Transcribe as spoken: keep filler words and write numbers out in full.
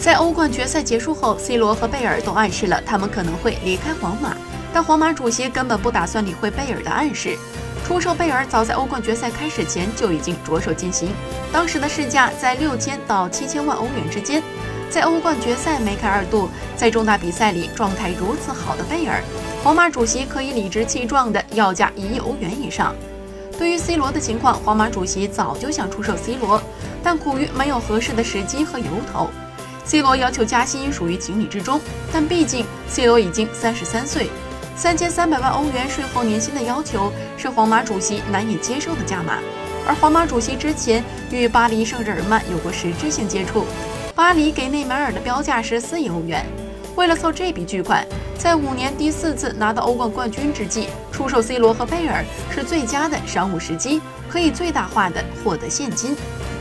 在欧冠决赛结束后 ，C 罗和贝尔都暗示了他们可能会离开皇马，但皇马主席根本不打算理会贝尔的暗示。出售贝尔早在欧冠决赛开始前就已经着手进行，当时的市价在六千到七千万欧元之间。在欧冠决赛梅开二度，在重大比赛里状态如此好的贝尔，皇马主席可以理直气壮地要价一亿欧元以上。对于 C 罗的情况，皇马主席早就想出售 C 罗，但苦于没有合适的时机和由头。C 罗要求加薪属于情理之中，但毕竟 C 罗已经三十三岁，三千三百万欧元税后年薪的要求是皇马主席难以接受的价码。而皇马主席之前与巴黎圣日耳曼有过实质性接触，巴黎给内马尔的标价是四亿欧元。为了凑这笔巨款，在五年第四次拿到欧冠冠军之际，出售 C 罗和贝尔是最佳的商务时机，可以最大化的获得现金。